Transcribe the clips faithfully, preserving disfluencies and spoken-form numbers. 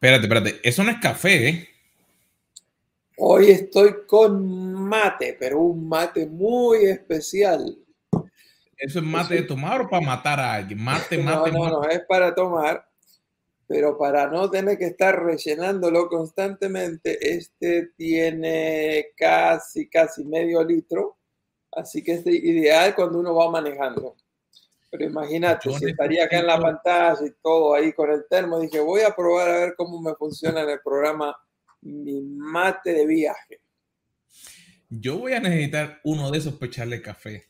Espérate, espérate. Eso no es café, ¿eh? Hoy estoy con mate, pero un mate muy especial. ¿Eso es Es mate de un- tomar o para matar a alguien? Mate, no, mate, no, mate. no, es para tomar, pero para no tener que estar rellenándolo constantemente, este tiene casi, casi medio litro, así que es ideal cuando uno va manejando. Pero imagínate, Yo si estaría acá en la necesito, pantalla y todo ahí con el termo, dije, voy a probar a ver cómo me funciona en el programa mi mate de viaje. yo voy a necesitar uno de esos para echarle café.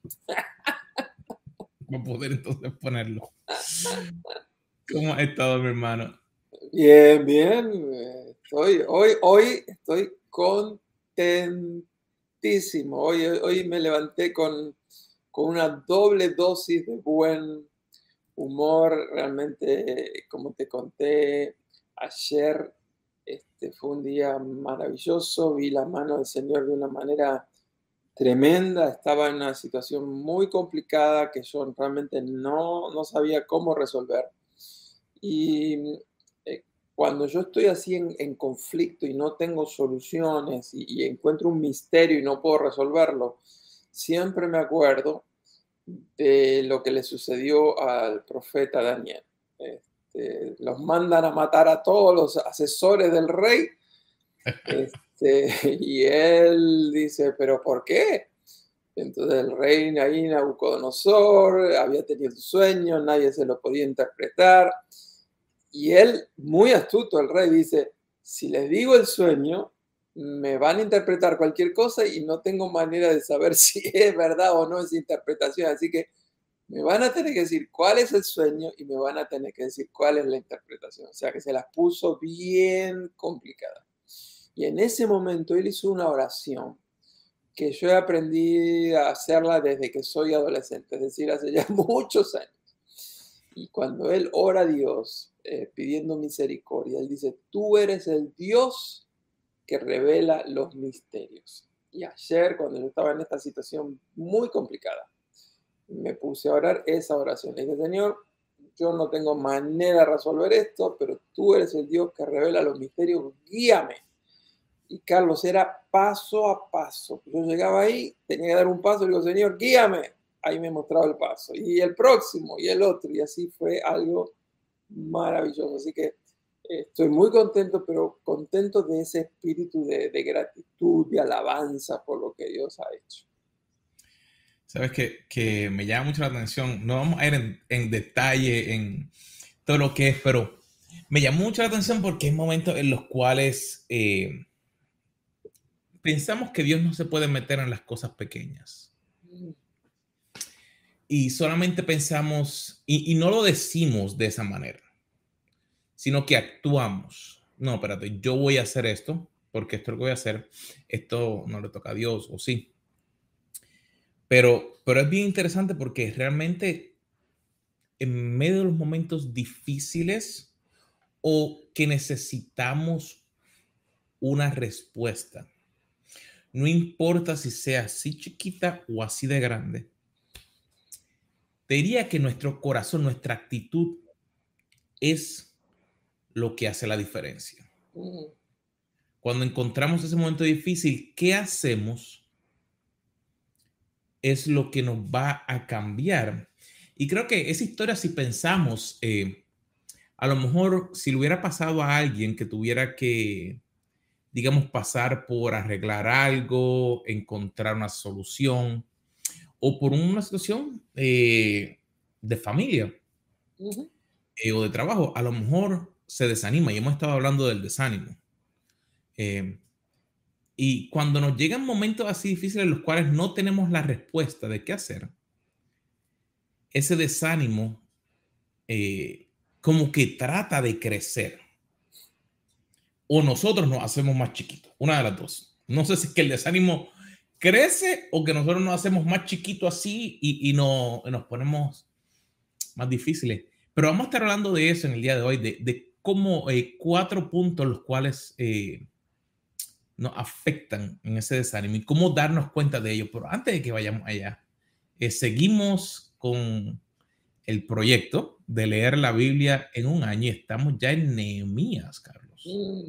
Para poder entonces ponerlo. ¿Cómo has estado, mi hermano? Bien, bien. eh, Estoy, hoy, hoy estoy contentísimo. Hoy, hoy me levanté con, con una doble dosis de buen humor. Realmente, eh, como te conté ayer, este, fue un día maravilloso. Vi la mano del Señor de una manera tremenda. Estaba en una situación muy complicada que yo realmente no, no sabía cómo resolver. Y eh, cuando yo estoy así en, en conflicto y no tengo soluciones y, y encuentro un misterio y no puedo resolverlo, siempre me acuerdo de lo que le sucedió al profeta Daniel. Este, los mandan a matar a todos los asesores del rey, este, y él dice, ¿pero por qué? Entonces el rey ahí, Nabucodonosor, había tenido un sueño, nadie se lo podía interpretar. Y él, muy astuto, el rey, dice, si les digo el sueño, me van a interpretar cualquier cosa y no tengo manera de saber si es verdad o no esa interpretación. Así que me van a tener que decir cuál es el sueño y me van a tener que decir cuál es la interpretación. O sea que se las puso bien complicada. Y en ese momento él hizo una oración que yo he aprendido a hacerla desde que soy adolescente, es decir, hace ya muchos años. Y cuando él ora a Dios eh, pidiendo misericordia, él dice, tú eres el Dios que revela los misterios. Y ayer, cuando yo estaba en esta situación muy complicada, me puse a orar esa oración. Le dije, Señor, yo no tengo manera de resolver esto, pero tú eres el Dios que revela los misterios, guíame. Y Carlos, era paso a paso. Yo llegaba ahí, tenía que dar un paso, y digo, Señor, guíame. Ahí me mostraba el paso. Y el próximo, y el otro. Y así fue algo maravilloso. Así que eh, estoy muy contento, pero contento de ese espíritu de, de gratitud, de alabanza por lo que Dios ha hecho. Sabes que, que me llama mucho la atención. No vamos a ir en, en detalle en todo lo que es, pero me llama mucho la atención porque hay momentos en los cuales eh, pensamos que Dios no se puede meter en las cosas pequeñas. Y solamente pensamos, y, y no lo decimos de esa manera, sino que actuamos. No, espérate, yo voy a hacer esto, porque esto es lo que voy a hacer. Esto no le toca a Dios, o sí. Pero, pero es bien interesante porque realmente en medio de los momentos difíciles o que necesitamos una respuesta, no importa si sea así chiquita o así de grande, te diría que nuestro corazón, nuestra actitud es lo que hace la diferencia. Mm, Cuando encontramos ese momento difícil, ¿qué hacemos? Es lo que nos va a cambiar. Y creo que esa historia, si pensamos, eh, a lo mejor si le hubiera pasado a alguien que tuviera que, digamos, pasar por arreglar algo, encontrar una solución o por una situación eh, de familia ujú. eh, o de trabajo, a lo mejor se desanima y hemos estado hablando del desánimo. Eh, y cuando nos llegan momentos así difíciles en los cuales no tenemos la respuesta de qué hacer, ese desánimo eh, como que trata de crecer o nosotros nos hacemos más chiquitos, una de las dos. No sé si es que el desánimo crece o que nosotros nos hacemos más chiquitos así y, y, no, y nos ponemos más difíciles. Pero vamos a estar hablando de eso en el día de hoy, de, de cómo eh, cuatro puntos los cuales eh, nos afectan en ese desánimo y cómo darnos cuenta de ello. Pero antes de que vayamos allá, eh, seguimos con el proyecto de leer la Biblia en un año y estamos ya en Nehemías, Carlos. Mm.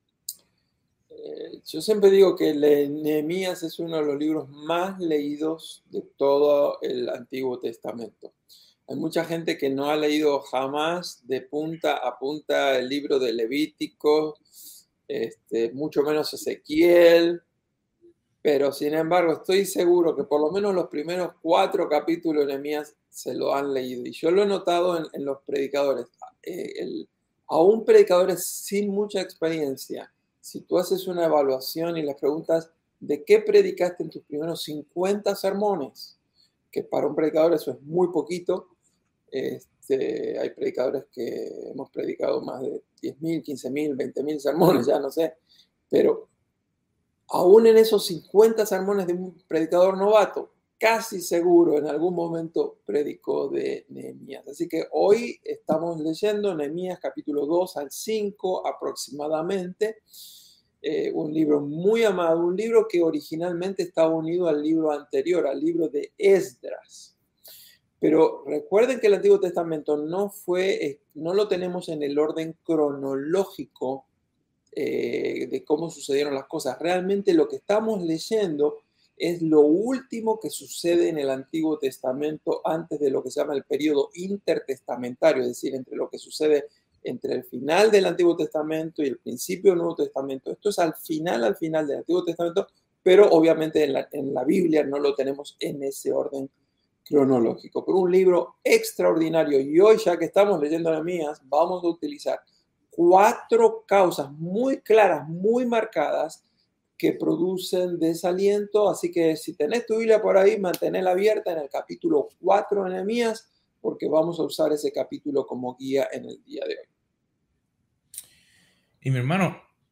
Eh, yo siempre digo que le- Nehemías es uno de los libros más leídos de todo el Antiguo Testamento. Hay mucha gente que no ha leído jamás de punta a punta el libro de Levítico, este, mucho menos Ezequiel, pero sin embargo estoy seguro que por lo menos los primeros cuatro capítulos de Nehemías se lo han leído. Y yo lo he notado en, en los predicadores. Eh, el, aún predicadores sin mucha experiencia, si tú haces una evaluación y les preguntas de qué predicaste en tus primeros cincuenta sermones, que para un predicador eso es muy poquito. Este, hay predicadores que hemos predicado más de diez mil, quince mil, veinte mil sermones, ya no sé, pero aún en esos cincuenta sermones de un predicador novato, casi seguro en algún momento predicó de Nehemías. Así que hoy estamos leyendo Nehemías capítulo dos al cinco aproximadamente, eh, un libro muy amado, un libro que originalmente estaba unido al libro anterior, al libro de Esdras. Pero recuerden que el Antiguo Testamento no fue, no lo tenemos en el orden cronológico eh, de cómo sucedieron las cosas. Realmente lo que estamos leyendo es lo último que sucede en el Antiguo Testamento antes de lo que se llama el periodo intertestamentario, es decir, entre lo que sucede entre el final del Antiguo Testamento y el principio del Nuevo Testamento. Esto es al final, al final del Antiguo Testamento, pero obviamente en la, en la Biblia no lo tenemos en ese orden cronológico. Pero un libro extraordinario. Y hoy, ya que estamos leyendo Nehemías, vamos a utilizar cuatro causas muy claras, muy marcadas, que producen desaliento. Así que si tenés tu Biblia por ahí, manténla abierta en el capítulo cuatro de Nehemías, porque vamos a usar ese capítulo como guía en el día de hoy. Y mi hermano,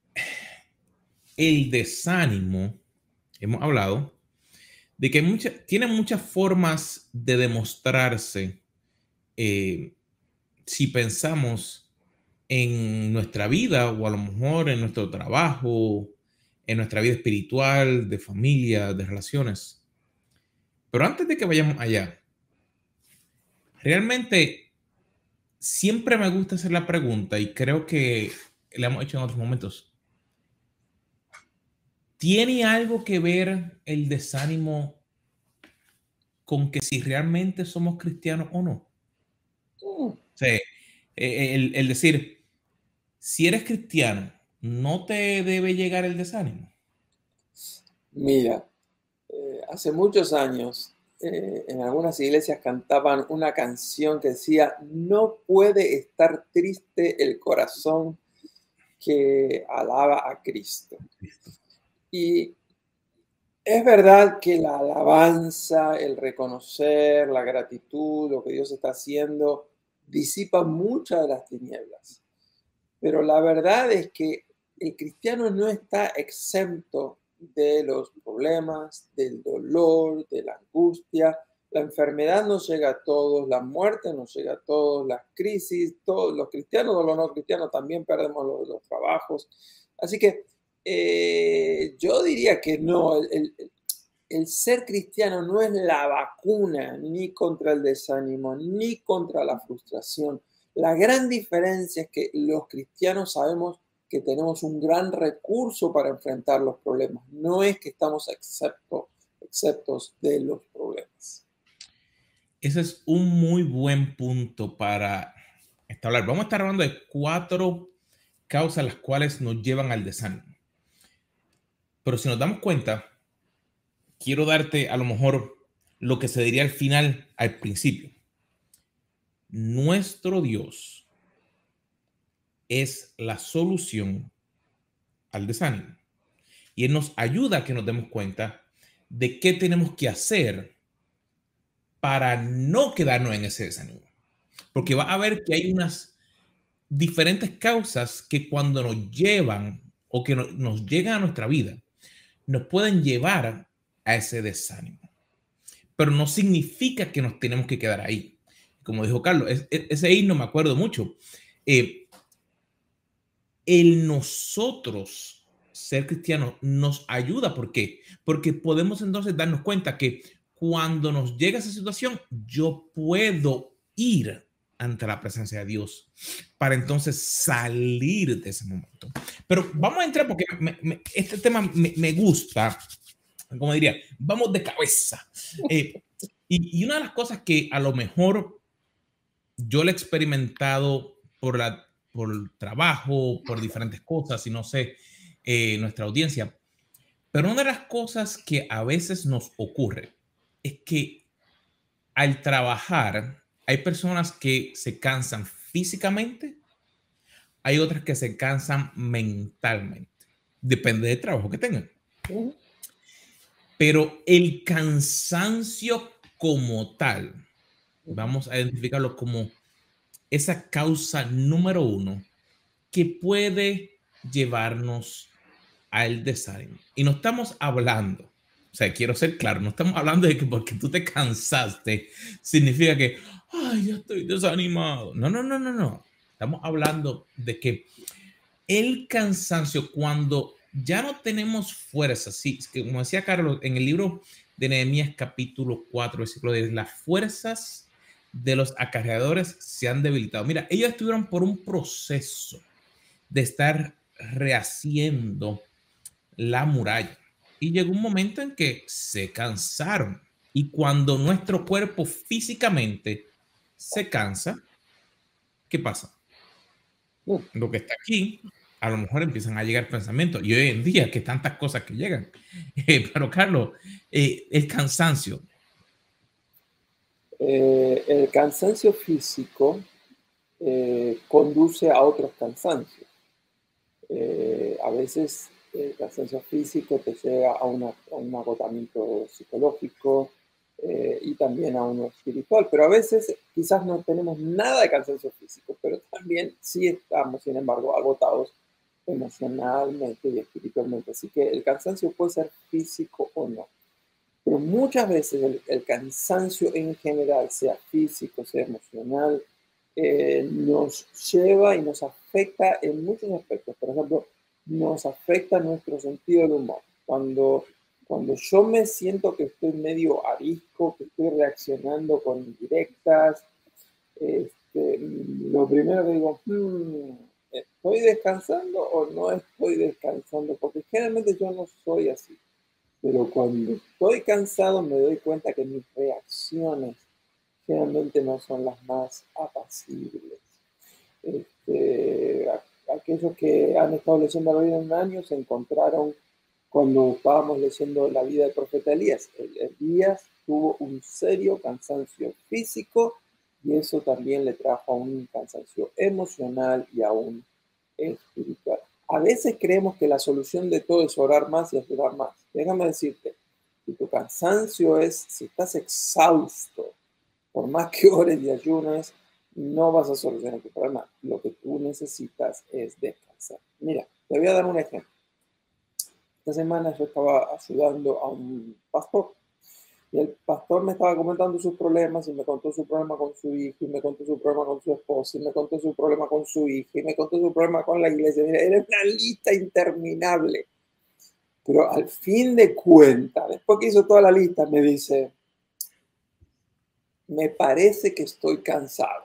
el desánimo, hemos hablado, de que mucha, tiene muchas formas de demostrarse eh, si pensamos en nuestra vida o a lo mejor en nuestro trabajo, en nuestra vida espiritual, de familia, de relaciones. Pero antes de que vayamos allá, realmente siempre me gusta hacer la pregunta y creo que la hemos hecho en otros momentos. ¿Tiene algo que ver el desánimo con que si realmente somos cristianos o no? Mm. O sea, el, el decir, si eres cristiano, ¿no te debe llegar el desánimo? Mira, eh, hace muchos años eh, en algunas iglesias cantaban una canción que decía: no puede estar triste el corazón que alaba a Cristo. Y es verdad que la alabanza, el reconocer, la gratitud, lo que Dios está haciendo, disipa muchas de las tinieblas. Pero la verdad es que el cristiano no está exento de los problemas, del dolor, de la angustia. La enfermedad nos llega a todos, la muerte nos llega a todos, las crisis, todos los cristianos o los no cristianos también perdemos los, los trabajos. Así que eh, yo diría que no, el, el, el ser cristiano no es la vacuna ni contra el desánimo, ni contra la frustración. La gran diferencia es que los cristianos sabemos que tenemos un gran recurso para enfrentar los problemas. No es que estamos excepto, exceptos de los problemas. Ese es un muy buen punto para establecer. Vamos a estar hablando de cuatro causas las cuales nos llevan al desánimo. Pero si nos damos cuenta, quiero darte a lo mejor lo que se diría al final, al principio. Nuestro Dios es la solución al desánimo. Y Él nos ayuda a que nos demos cuenta de qué tenemos que hacer para no quedarnos en ese desánimo. Porque va a ver que hay unas diferentes causas que cuando nos llevan o que no, nos llegan a nuestra vida, nos pueden llevar a ese desánimo. Pero no significa que nos tenemos que quedar ahí. Como dijo Carlos, es, es, ese himno me acuerdo mucho. Eh, el nosotros ser cristianos nos ayuda. ¿Por qué? Porque podemos entonces darnos cuenta que cuando nos llega esa situación, yo puedo ir ante la presencia de Dios para entonces salir de ese momento. Pero vamos a entrar porque me, me, este tema me, me gusta, como diría, vamos de cabeza. Eh, y, y una de las cosas que a lo mejor yo lo he experimentado por, la, por trabajo, por diferentes cosas, y no sé, eh, nuestra audiencia, pero una de las cosas que a veces nos ocurre es que al trabajar hay personas que se cansan físicamente, hay otras que se cansan mentalmente. Depende del trabajo que tengan. Uh-huh. Pero el cansancio como tal, uh-huh, vamos a identificarlo como esa causa número uno que puede llevarnos al desánimo. Y no estamos hablando, o sea, quiero ser claro, no estamos hablando de que porque tú te cansaste significa que, ay, ya estoy desanimado. No, no, no, no, no. Estamos hablando de que el cansancio, cuando ya no tenemos fuerza, sí, es que como decía Carlos, en el libro de Nehemías capítulo cuatro, versículo diez, las fuerzas de los acarreadores se han debilitado. Mira, ellos estuvieron por un proceso de estar rehaciendo la muralla. Y llegó un momento en que se cansaron. Y cuando nuestro cuerpo físicamente se cansa, ¿qué pasa? Uh, lo que está aquí, a lo mejor empiezan a llegar pensamientos. Y hoy en día, que tantas cosas que llegan. Eh, pero Carlos, eh, el cansancio. Eh, el cansancio físico eh, conduce a otros cansancios. Eh, a veces el cansancio físico te lleva a, una, a un agotamiento psicológico eh, y también a uno espiritual, pero a veces quizás no tenemos nada de cansancio físico, pero también sí estamos, sin embargo, agotados emocionalmente y espiritualmente. Así que el cansancio puede ser físico o no. Pero muchas veces el, el cansancio en general, sea físico, sea emocional, eh, nos lleva y nos afecta en muchos aspectos. Por ejemplo, nos afecta nuestro sentido del humor. Cuando, cuando yo me siento que estoy medio arisco, que estoy reaccionando con indirectas, este, lo primero que digo, hmm, ¿estoy descansando o no estoy descansando? Porque generalmente yo no soy así. Pero cuando estoy cansado me doy cuenta que mis reacciones generalmente no son las más apacibles. Este, aquellos que han estado leyendo la Biblia en un año se encontraron cuando estábamos leyendo la vida del profeta Elías. Elías tuvo un serio cansancio físico y eso también le trajo a un cansancio emocional y a un espiritual. A veces creemos que la solución de todo es orar más y ayudar más. Déjame decirte, si tu cansancio es, si estás exhausto, por más que ores y ayunes, no vas a solucionar tu problema. Lo que tú necesitas es descansar. Mira, te voy a dar un ejemplo. Esta semana yo estaba ayudando a un pastor y el pastor me estaba comentando sus problemas y me contó su problema con su hijo y me contó su problema con su esposa y me contó su problema con su hija y me contó su problema con la iglesia. Mira, era una lista interminable. Pero al fin de cuentas, después que hizo toda la lista, me dice, me parece que estoy cansado.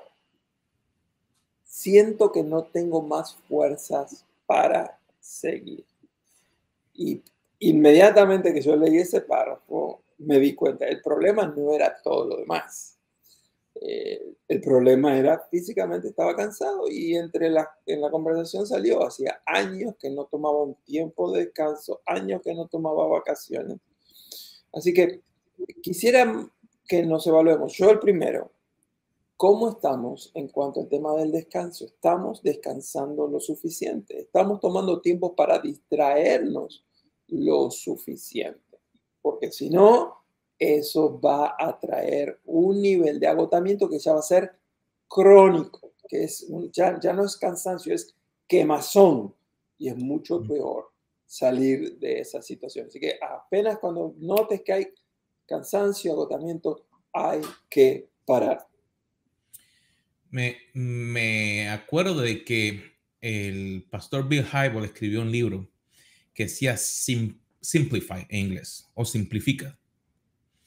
Siento que no tengo más fuerzas para seguir. Y inmediatamente que yo leí ese párrafo, me di cuenta, el problema no era todo lo demás. Eh, el problema era físicamente estaba cansado y entre la, en la conversación salió, hacía años que no tomaba un tiempo de descanso, años que no tomaba vacaciones. Así que quisiera que nos evaluemos. Yo el primero, ¿cómo estamos en cuanto al tema del descanso? ¿Estamos descansando lo suficiente? ¿Estamos tomando tiempo para distraernos lo suficiente? Porque si no, eso va a traer un nivel de agotamiento que ya va a ser crónico, que es un, ya, ya no es cansancio, es quemazón. Y es mucho peor salir de esa situación. Así que apenas cuando notes que hay cansancio, agotamiento, hay que parar. Me, me acuerdo de que el pastor Bill Hybels escribió un libro que decía sim, Simplify en inglés o simplifica.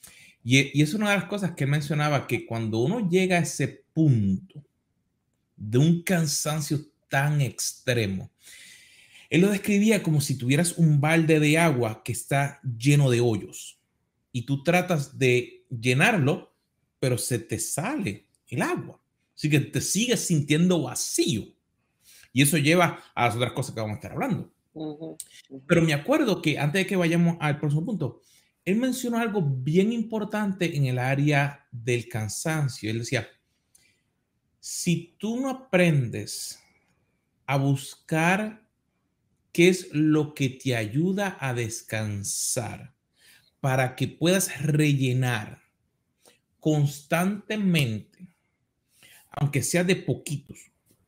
Y, y es una de las cosas que él mencionaba, que cuando uno llega a ese punto de un cansancio tan extremo, él lo describía como si tuvieras un balde de agua que está lleno de hoyos y tú tratas de llenarlo, pero se te sale el agua. Así que te sigues sintiendo vacío. Y eso lleva a las otras cosas que vamos a estar hablando. Ujú, ujú. Pero me acuerdo que antes de que vayamos al próximo punto, él mencionó algo bien importante en el área del cansancio. Él decía, si tú no aprendes a buscar qué es lo que te ayuda a descansar para que puedas rellenar constantemente, aunque sea de poquitos,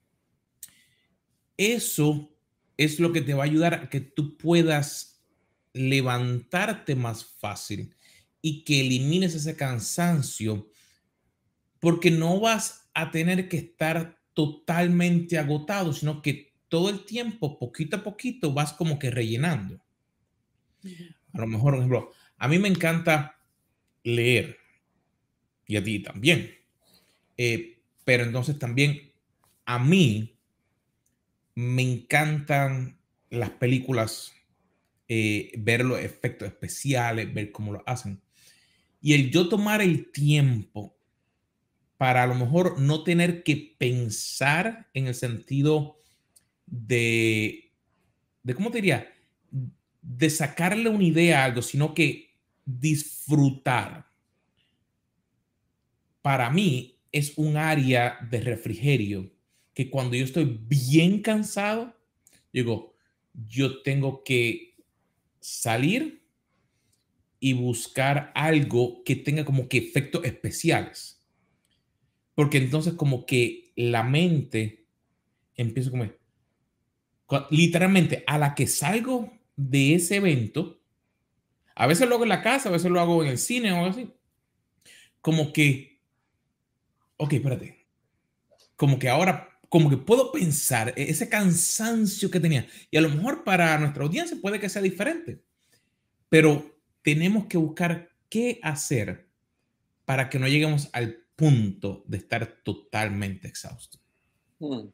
eso es lo que te va a ayudar a que tú puedas levantarte más fácil y que elimines ese cansancio, porque no vas a tener que estar totalmente agotado, sino que todo el tiempo, poquito a poquito, vas como que rellenando. Ujú. A lo mejor, por ejemplo, a mí me encanta leer y a ti también. Eh, pero entonces también a mí me encantan las películas, eh, ver los efectos especiales, ver cómo lo hacen. Y el yo tomar el tiempo para a lo mejor no tener que pensar en el sentido de, de ¿cómo te diría? De sacarle una idea a algo, sino que disfrutar. Para mí es un área de refrigerio que cuando yo estoy bien cansado, digo, yo tengo que salir y buscar algo que tenga como que efectos especiales. Porque entonces como que la mente empieza como, literalmente, a la que salgo de ese evento, a veces lo hago en la casa, a veces lo hago en el cine o algo así, como que, ok, espérate, como que ahora, como que puedo pensar e-, ese cansancio que tenía. Y a lo mejor para nuestra audiencia puede que sea diferente, pero tenemos que buscar qué hacer para que no lleguemos al punto de estar totalmente exhaustos. Mm.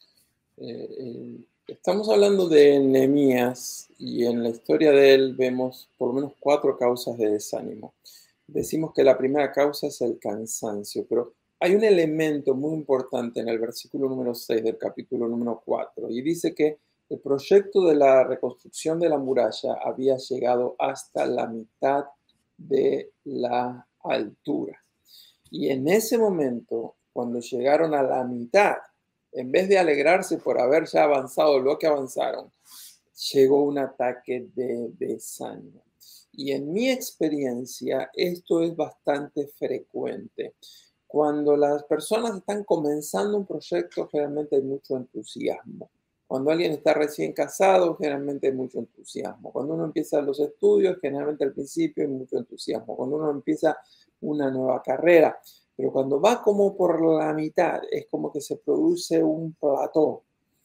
Eh, eh, estamos hablando de Nehemías y en la historia de él vemos por lo menos cuatro causas de desánimo. Decimos que la primera causa es el cansancio, pero hay un elemento muy importante en el versículo número seis del capítulo número cuatro y dice que el proyecto de la reconstrucción de la muralla había llegado hasta la mitad de la altura. Y en ese momento, cuando llegaron a la mitad, en vez de alegrarse por haber ya avanzado lo que avanzaron, llegó un ataque de desánimo. Y en mi experiencia, esto es bastante frecuente. Cuando las personas están comenzando un proyecto, generalmente hay mucho entusiasmo. Cuando alguien está recién casado, generalmente hay mucho entusiasmo. Cuando uno empieza los estudios, generalmente al principio hay mucho entusiasmo. Cuando uno empieza una nueva carrera, pero cuando va como por la mitad, es como que se produce un plató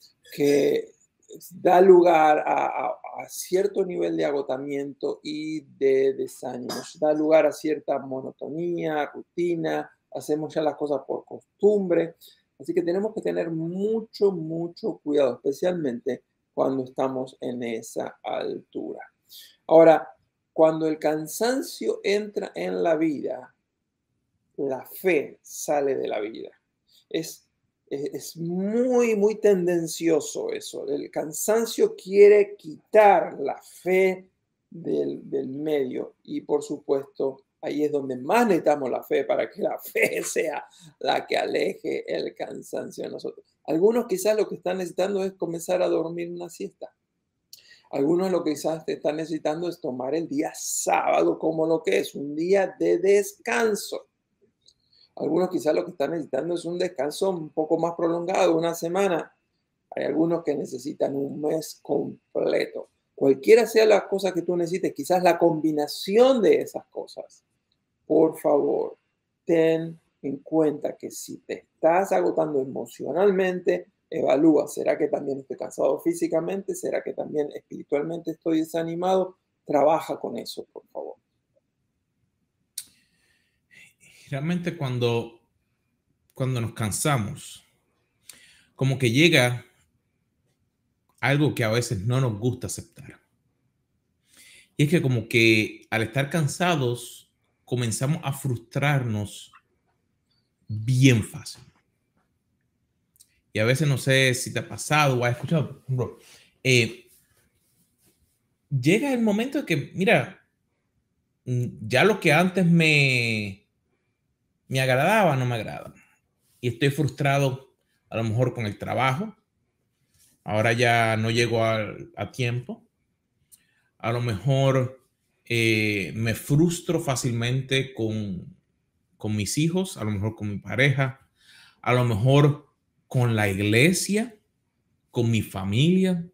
que da lugar a, a, a cierto nivel de agotamiento y de desánimo, da lugar a cierta monotonía, rutina, hacemos ya las cosas por costumbre, así que tenemos que tener mucho, mucho cuidado, especialmente cuando estamos en esa altura. Ahora, cuando el cansancio entra en la vida, la fe sale de la vida. Es, es, es muy, muy tendencioso eso. El cansancio quiere quitar la fe del, del medio y por supuesto ahí es donde más necesitamos la fe para que la fe sea la que aleje el cansancio de nosotros. Algunos quizás lo que están necesitando es comenzar a dormir una siesta. Algunos lo que quizás están necesitando es tomar el día sábado como lo que es, un día de descanso. Algunos quizás lo que están necesitando es un descanso un poco más prolongado, una semana. Hay algunos que necesitan un mes completo. Cualquiera sea la cosa que tú necesites, quizás la combinación de esas cosas, por favor, ten en cuenta que si te estás agotando emocionalmente, evalúa, ¿será que también estoy cansado físicamente? ¿Será que también espiritualmente estoy desanimado? Trabaja con eso, por favor. realmente cuando, cuando nos cansamos, como que llega algo que a veces no nos gusta aceptar. Y es que como que al estar cansados comenzamos a frustrarnos bien fácil. Y a veces no sé si te ha pasado o has escuchado, bro, eh, llega el momento de que, mira, ya lo que antes me, me agradaba no me agrada. Y estoy frustrado a lo mejor con el trabajo. Ahora ya no llego a, a tiempo. A lo mejor eh, me frustro fácilmente con, con mis hijos, a lo mejor con mi pareja, a lo mejor con la iglesia, con mi familia.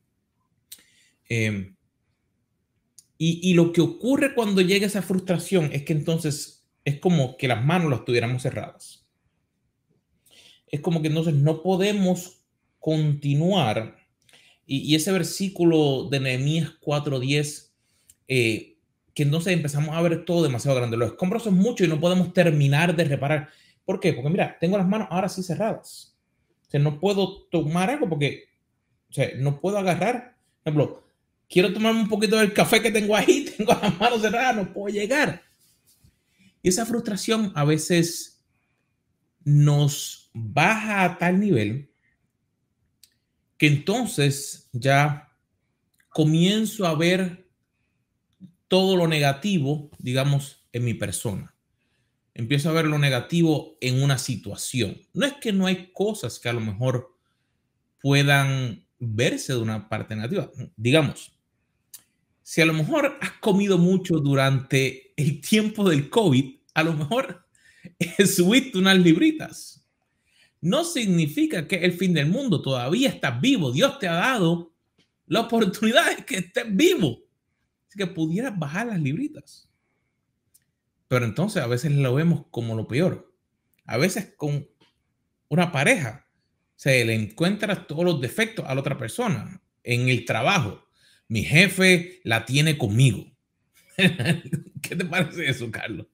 Eh, y, y lo que ocurre cuando llega esa frustración es que entonces es como que las manos las tuviéramos cerradas. Es como que entonces no podemos continuar. Y, y ese versículo de Nehemías cuatro diez, eh, que entonces empezamos a ver todo demasiado grande. Los escombros son muchos y no podemos terminar de reparar. ¿Por qué? Porque mira, tengo las manos ahora sí cerradas. O sea, no puedo tomar algo porque, o sea, no puedo agarrar. Por ejemplo, quiero tomarme un poquito del café que tengo ahí, tengo las manos cerradas, no puedo llegar. Y esa frustración a veces nos baja a tal nivel que entonces ya comienzo a ver todo lo negativo, digamos, en mi persona. Empiezo a ver lo negativo en una situación. No es que no hay cosas que a lo mejor puedan verse de una parte negativa. Digamos, si a lo mejor has comido mucho durante el tiempo del COVID, a lo mejor subiste unas libritas. No significa que es el fin del mundo. Todavía estás vivo. Dios te ha dado la oportunidad de que estés vivo. Así que pudieras bajar las libritas. Pero entonces a veces lo vemos como lo peor. A veces con una pareja se le encuentra todos los defectos a la otra persona. En el trabajo, mi jefe la tiene conmigo. ¿Qué te parece eso, Carlos?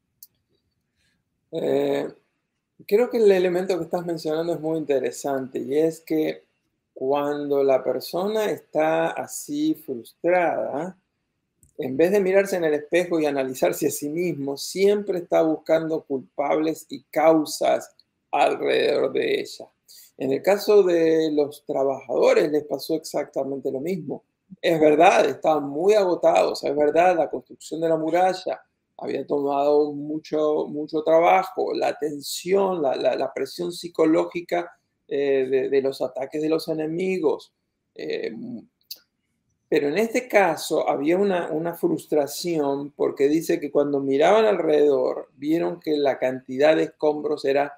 Eh, creo que el elemento que estás mencionando es muy interesante y es que cuando la persona está así frustrada, en vez de mirarse en el espejo y analizarse a sí mismo, siempre está buscando culpables y causas alrededor de ella. En el caso de los trabajadores les pasó exactamente lo mismo. Es verdad, estaban muy agotados, es verdad, la construcción de la muralla había tomado mucho, mucho trabajo, la tensión, la, la, la presión psicológica eh, de, de los ataques de los enemigos. Eh, Pero en este caso había una, una frustración porque dice que cuando miraban alrededor vieron que la cantidad de escombros era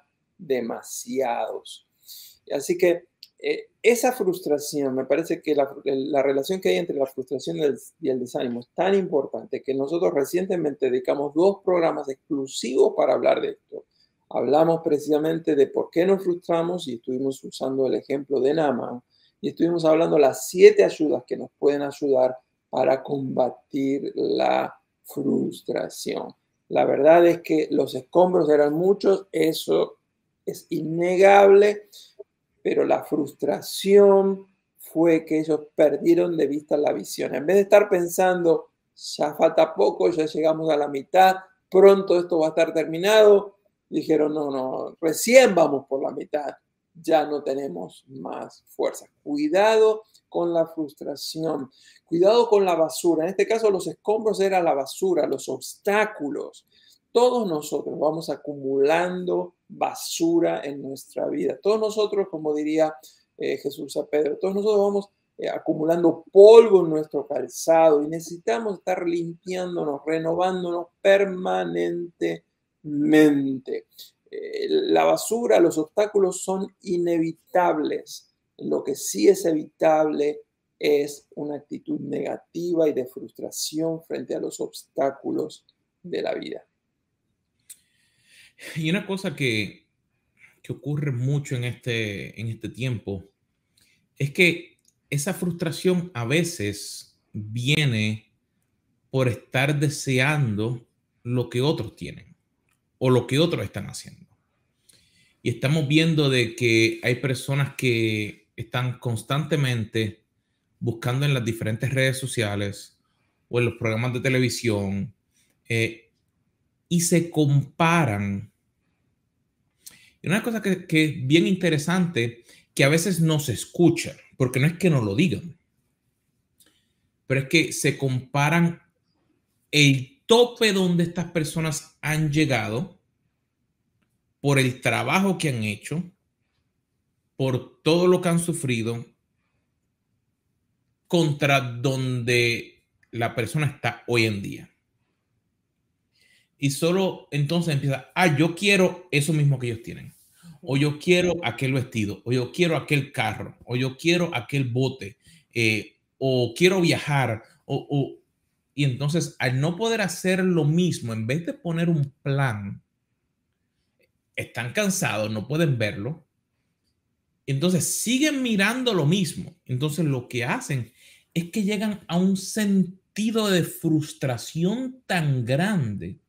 demasiados. Así que eh, esa frustración, me parece que la, la relación que hay entre la frustración y el, y el desánimo es tan importante que nosotros recientemente dedicamos dos programas exclusivos para hablar de esto. Hablamos precisamente de por qué nos frustramos y estuvimos usando el ejemplo de Naaman. Y estuvimos hablando de las siete ayudas que nos pueden ayudar para combatir la frustración. La verdad es que los escombros eran muchos, eso es innegable, pero la frustración fue que ellos perdieron de vista la visión. En vez de estar pensando, ya falta poco, ya llegamos a la mitad, pronto esto va a estar terminado, dijeron, no, no, recién vamos por la mitad. Ya no tenemos más fuerza. Cuidado con la frustración, cuidado con la basura. En este caso los escombros eran la basura, los obstáculos. Todos nosotros vamos acumulando basura en nuestra vida. Todos nosotros, como diría eh, Jesús a Pedro, todos nosotros vamos eh, acumulando polvo en nuestro calzado y necesitamos estar limpiándonos, renovándonos permanentemente. La basura, los obstáculos son inevitables. Lo que sí es evitable es una actitud negativa y de frustración frente a los obstáculos de la vida. Y una cosa que, que ocurre mucho en este, en este tiempo es que esa frustración a veces viene por estar deseando lo que otros tienen. o lo que otros están haciendo. Y estamos viendo de que hay personas que están constantemente buscando en las diferentes redes sociales o en los programas de televisión eh, y se comparan. Y una cosa que, que es bien interesante, que a veces no se escucha, porque no es que no lo digan, pero es que se comparan el tope donde estas personas han llegado por el trabajo que han hecho, por todo lo que han sufrido, contra donde la persona está hoy en día. Y solo entonces empieza, ah, yo quiero eso mismo que ellos tienen. O yo quiero aquel vestido, o yo quiero aquel carro, o yo quiero aquel bote, eh, o quiero viajar, o, o... Y entonces al no poder hacer lo mismo, en vez de poner un plan, están cansados, no pueden verlo, entonces siguen mirando lo mismo. Entonces lo que hacen es que llegan a un sentido de frustración tan grande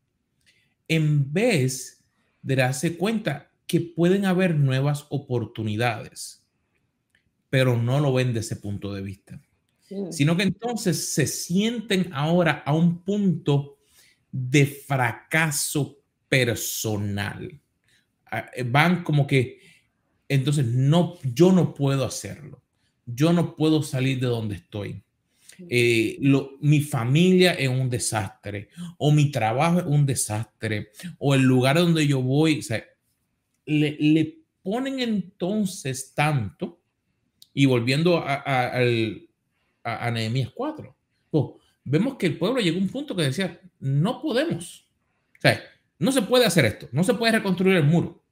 en vez de darse cuenta que pueden haber nuevas oportunidades, pero no lo ven de ese punto de vista. Sí. Sino que entonces se sienten ahora a un punto de fracaso personal. Van como que, entonces no, yo no puedo hacerlo. Yo no puedo salir de donde estoy. Eh, lo, mi familia es un desastre, o mi trabajo es un desastre, o el lugar donde yo voy, o sea, le, le ponen entonces tanto, y volviendo a, a, a, a Nehemías cuatro, pues, vemos que el pueblo llegó a un punto que decía, no podemos, o sea, no se puede hacer esto, no se puede reconstruir el muro.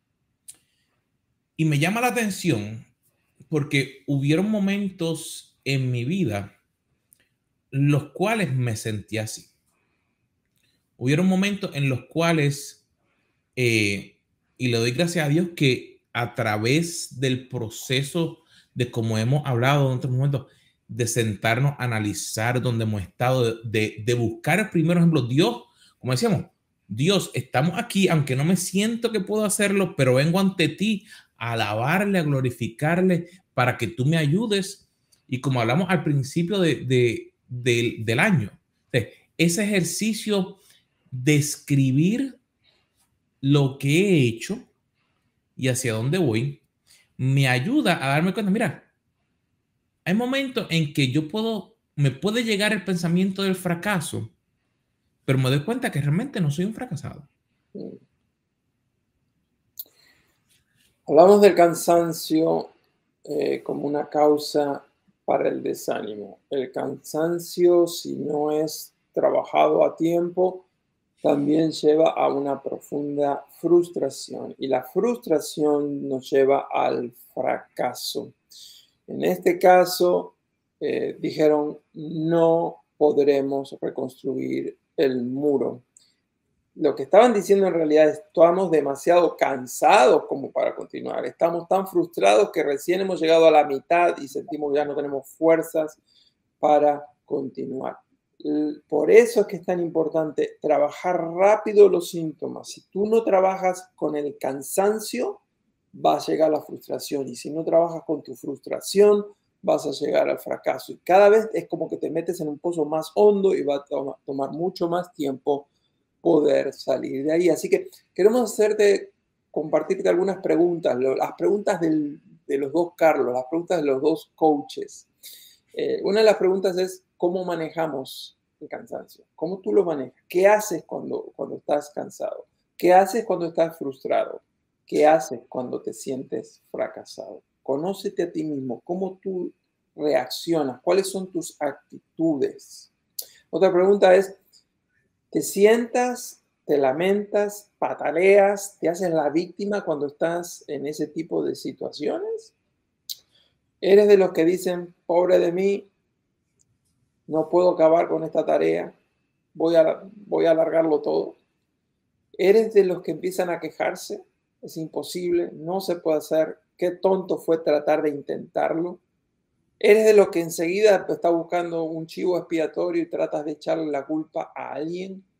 Y me llama la atención porque hubieron momentos en mi vida los cuales me sentí así. Hubieron momentos en los cuales, eh, y le doy gracias a Dios que a través del proceso de como hemos hablado en otros momentos, de sentarnos a analizar donde hemos estado, de, de, de buscar el primer ejemplo, Dios, como decíamos, Dios, estamos aquí, aunque no me siento que puedo hacerlo, pero vengo ante ti a alabarle, a glorificarle, para que tú me ayudes. Y como hablamos al principio de, de, de, del año, ese ejercicio de escribir lo que he hecho y hacia dónde voy, me ayuda a darme cuenta, mira, hay momentos en que yo puedo, me puede llegar el pensamiento del fracaso, pero me doy cuenta que realmente no soy un fracasado. Hablamos del cansancio eh, como una causa para el desánimo. El cansancio, si no es trabajado a tiempo, también lleva a una profunda frustración, y la frustración nos lleva al fracaso. En este caso, eh, dijeron, no podremos reconstruir el muro. Lo que estaban diciendo en realidad es, estamos demasiado cansados como para continuar. Estamos tan frustrados que recién hemos llegado a la mitad y sentimos que ya no tenemos fuerzas para continuar. Por eso es que es tan importante trabajar rápido los síntomas. Si tú no trabajas con el cansancio, va a llegar la frustración. Y si no trabajas con tu frustración, vas a llegar al fracaso. Y cada vez es como que te metes en un pozo más hondo y va a to- tomar mucho más tiempo poder salir de ahí. Así que queremos hacerte, compartirte algunas preguntas, las preguntas del, de los dos Carlos, las preguntas de los dos coaches. Eh, una de las preguntas es, ¿cómo manejamos el cansancio? ¿Cómo tú lo manejas? ¿Qué haces cuando, cuando estás cansado? ¿Qué haces cuando estás frustrado? ¿Qué haces cuando te sientes fracasado? Conócete a ti mismo. ¿Cómo tú reaccionas? ¿Cuáles son tus actitudes? Otra pregunta es, ¿te sientas, te lamentas, pataleas, te haces la víctima cuando estás en ese tipo de situaciones? ¿Eres de los que dicen, pobre de mí, no puedo acabar con esta tarea, voy a, voy a alargarlo todo? ¿Eres de los que empiezan a quejarse? Es imposible, no se puede hacer, qué tonto fue tratar de intentarlo. ¿Eres de los que enseguida está buscando un chivo expiatorio y tratas de echarle la culpa a alguien?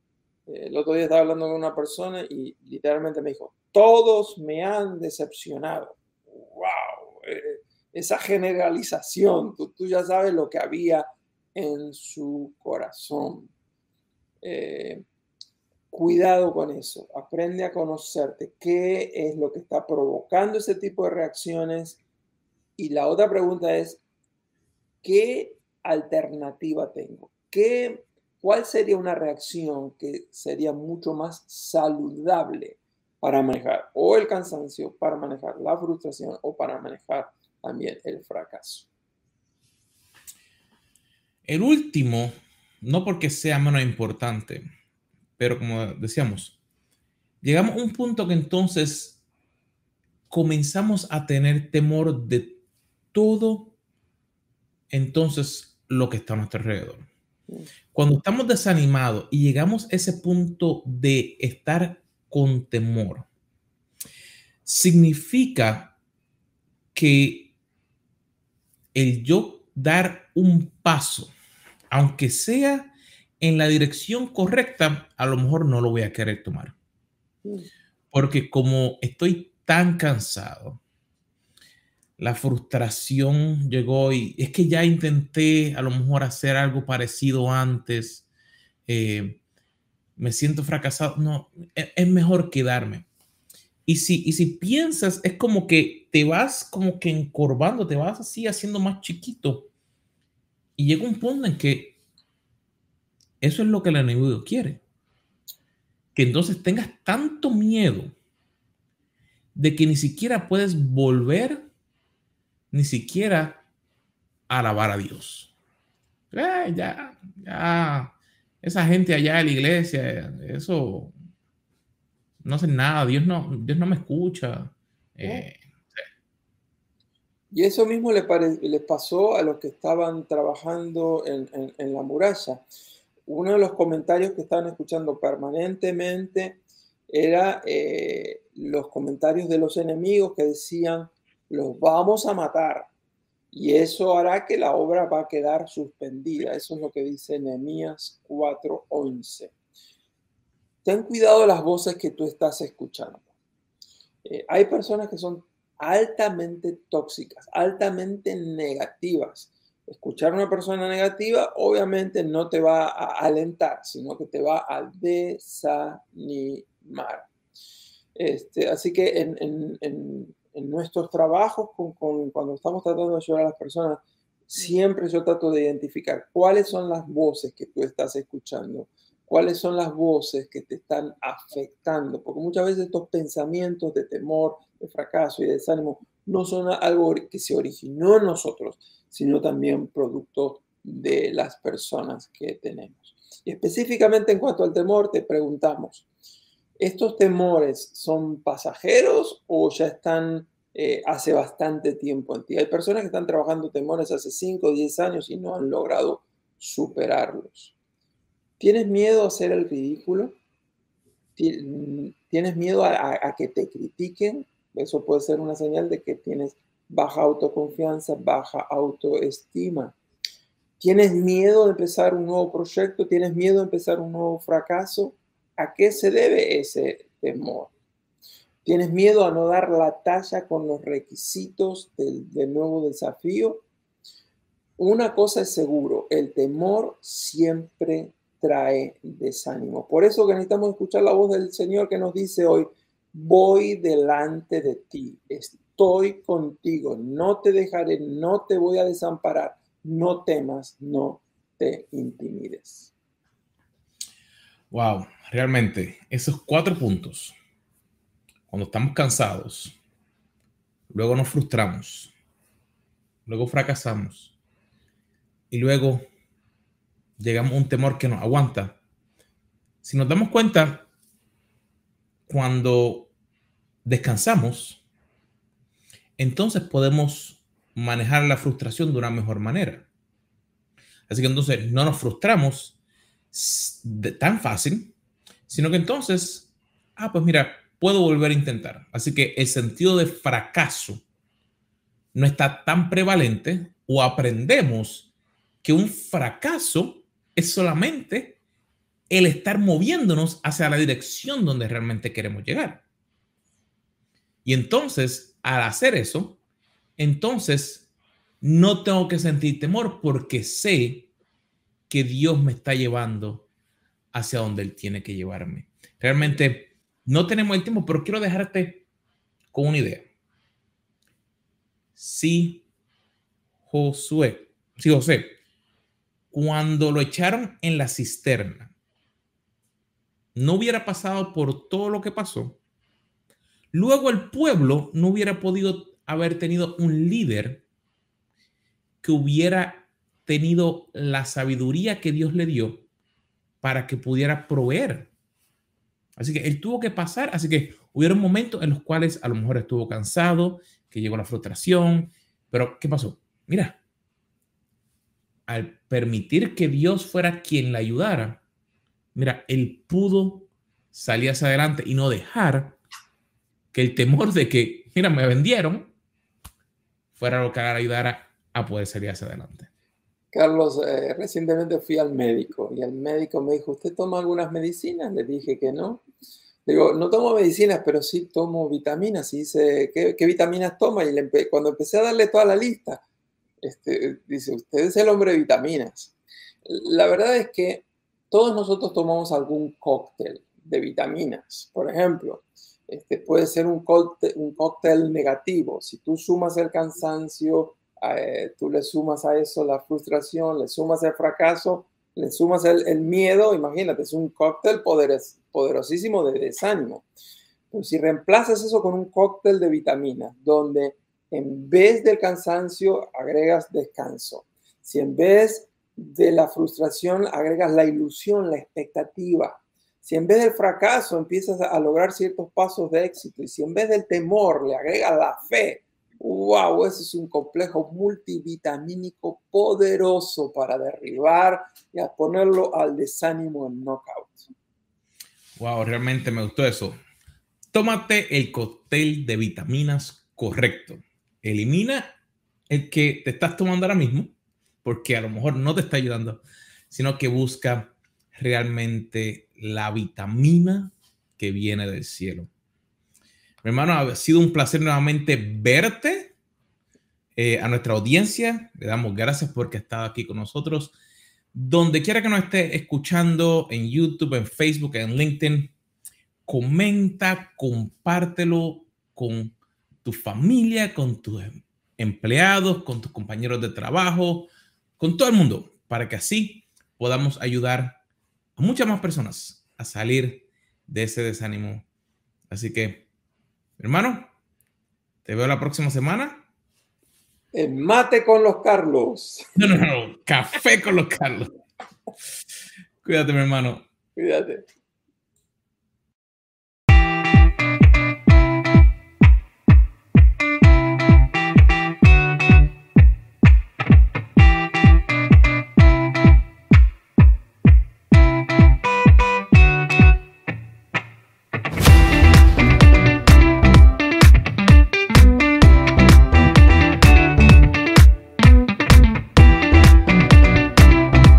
El otro día estaba hablando con una persona y literalmente me dijo, todos me han decepcionado. ¡Wow! Eh, esa generalización, tú, tú ya sabes lo que había en su corazón. Eh, cuidado con eso, aprende a conocerte, qué es lo que está provocando ese tipo de reacciones. Y la otra pregunta es, ¿qué alternativa tengo? ¿Qué, ¿Cuál sería una reacción que sería mucho más saludable para manejar o el cansancio, para manejar la frustración o para manejar también el fracaso? El último, no porque sea menos importante, pero como decíamos, llegamos a un punto que entonces comenzamos a tener temor de todo entonces lo que está a nuestro alrededor. Cuando estamos desanimados y llegamos a ese punto de estar con temor, significa que el yo dar un paso, aunque sea en la dirección correcta, a lo mejor no lo voy a querer tomar. Porque como estoy tan cansado, la frustración llegó y es que ya intenté a lo mejor hacer algo parecido antes, eh, me siento fracasado, no, es, es mejor quedarme. Y si, y si piensas, es como que te vas como que encorvando, te vas así haciendo más chiquito y llega un punto en que eso es lo que el enemigo quiere, que entonces tengas tanto miedo de que ni siquiera puedes volver, ni siquiera alabar a Dios. Eh, ya, ya, esa gente allá de la iglesia, eso no hacen nada, Dios no, Dios no me escucha. Eh, Y eso mismo le, pare, le pasó a los que estaban trabajando en, en, en la muralla. Uno de los comentarios que estaban escuchando permanentemente era eh, los comentarios de los enemigos que decían, los vamos a matar. Y eso hará que la obra va a quedar suspendida. Eso es lo que dice Nehemías cuatro once. Ten cuidado de las voces que tú estás escuchando. Eh, hay personas que son altamente tóxicas, altamente negativas. Escuchar a una persona negativa obviamente no te va a alentar, sino que te va a desanimar. Este, así que en, en, en, en nuestros trabajos, con, con, cuando estamos tratando de ayudar a las personas, siempre yo trato de identificar cuáles son las voces que tú estás escuchando, cuáles son las voces que te están afectando, porque muchas veces estos pensamientos de temor, de fracaso y de desánimo no son algo que se originó en nosotros, sino también producto de las personas que tenemos. Y específicamente en cuanto al temor, te preguntamos, ¿estos temores son pasajeros o ya están eh, hace bastante tiempo en ti? Hay personas que están trabajando temores hace cinco o diez años y no han logrado superarlos. ¿Tienes miedo a hacer el ridículo? ¿Tienes miedo a, a, a que te critiquen? Eso puede ser una señal de que tienes baja autoconfianza, baja autoestima. ¿Tienes miedo de empezar un nuevo proyecto? ¿Tienes miedo de empezar un nuevo fracaso? ¿A qué se debe ese temor? ¿Tienes miedo a no dar la talla con los requisitos del, del nuevo desafío? Una cosa es seguro, el temor siempre trae desánimo. Por eso que necesitamos escuchar la voz del Señor que nos dice hoy, voy delante de ti, estoy contigo, no te dejaré, no te voy a desamparar, no temas, no te intimides. Wow, realmente esos cuatro puntos, cuando estamos cansados, luego nos frustramos, luego fracasamos y luego llegamos a un temor que nos aguanta. Si nos damos cuenta, cuando descansamos, entonces podemos manejar la frustración de una mejor manera. Así que entonces no nos frustramos de tan fácil, sino que entonces, ah, pues mira, puedo volver a intentar. Así que el sentido de fracaso no está tan prevalente o aprendemos que un fracaso es solamente el estar moviéndonos hacia la dirección donde realmente queremos llegar. Y entonces, al hacer eso, entonces no tengo que sentir temor porque sé que Dios me está llevando hacia donde Él tiene que llevarme. Realmente no tenemos el tiempo, pero quiero dejarte con una idea. Si Josué, si José, cuando lo echaron en la cisterna, no hubiera pasado por todo lo que pasó, luego el pueblo no hubiera podido haber tenido un líder que hubiera tenido la sabiduría que Dios le dio para que pudiera proveer. Así que él tuvo que pasar, así que hubieron momentos en los cuales a lo mejor estuvo cansado, que llegó la frustración, pero ¿qué pasó? Mira, al permitir que Dios fuera quien la ayudara, mira, él pudo salir hacia adelante y no dejar que el temor de que, mira, me vendieron, fuera lo que le ayudara a poder salir hacia adelante. Carlos, eh, recientemente fui al médico y el médico me dijo, ¿usted toma algunas medicinas? Le dije que no. Digo, no tomo medicinas, pero sí tomo vitaminas. Y dice, ¿qué, qué vitaminas toma? Y le empe cuando empecé a darle toda la lista, este, dice, usted es el hombre de vitaminas. La verdad es que todos nosotros tomamos algún cóctel de vitaminas. Por ejemplo, este, puede ser un cóctel, un cóctel negativo. Si tú sumas el cansancio, eh, tú le sumas a eso la frustración, le sumas el fracaso, le sumas el, el miedo, imagínate, es un cóctel poderes, poderosísimo de desánimo. Pero si reemplazas eso con un cóctel de vitaminas, donde en vez del cansancio agregas descanso, si en vez de la frustración agregas la ilusión, la expectativa, si en vez del fracaso empiezas a lograr ciertos pasos de éxito y si en vez del temor le agregas la fe, wow, ese es un complejo multivitamínico poderoso para derribar y a ponerlo al desánimo en knockout. Wow, realmente me gustó eso. Tómate el cóctel de vitaminas correcto. Elimina el que te estás tomando ahora mismo, porque a lo mejor no te está ayudando, sino que busca realmente la vitamina que viene del cielo. Mi hermano, ha sido un placer nuevamente verte. Eh, a nuestra audiencia, le damos gracias porque ha estado aquí con nosotros. Donde quiera que nos esté escuchando, en YouTube, en Facebook, en LinkedIn, comenta, compártelo con tu familia, con tus empleados, con tus compañeros de trabajo, con todo el mundo, para que así podamos ayudar a muchas más personas a salir de ese desánimo. Así que, hermano, te veo la próxima semana. El mate con los Carlos. No, no, no, café con los Carlos. Cuídate, mi hermano. Cuídate.